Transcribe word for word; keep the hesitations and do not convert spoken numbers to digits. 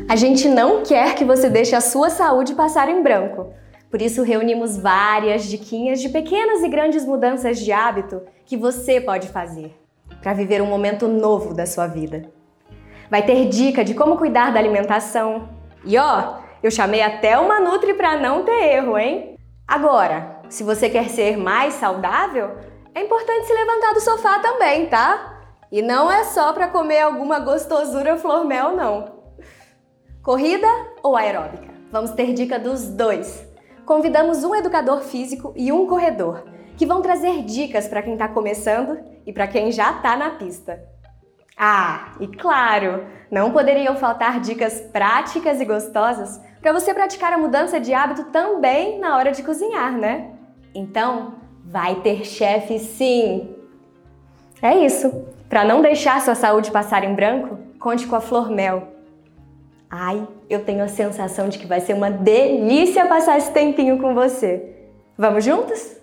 A gente não quer que você deixe a sua saúde passar em branco. Por isso, reunimos várias diquinhas de pequenas e grandes mudanças de hábito que você pode fazer para viver um momento novo da sua vida. Vai ter dica de como cuidar da alimentação. E ó, eu chamei até uma Nutri para não ter erro, hein? Agora, se você quer ser mais saudável, é importante se levantar do sofá também, tá? E não é só para comer alguma gostosura flor-mel, não. Corrida ou aeróbica? Vamos ter dica dos dois. Convidamos um educador físico e um corredor, que vão trazer dicas para quem está começando e para quem já está na pista. Ah, e claro, não poderiam faltar dicas práticas e gostosas para você praticar a mudança de hábito também na hora de cozinhar, né? Então, vai ter chefe sim! É isso! Para não deixar sua saúde passar em branco, conte com a Flor-Mel. Ai, eu tenho a sensação de que vai ser uma delícia passar esse tempinho com você. Vamos juntos?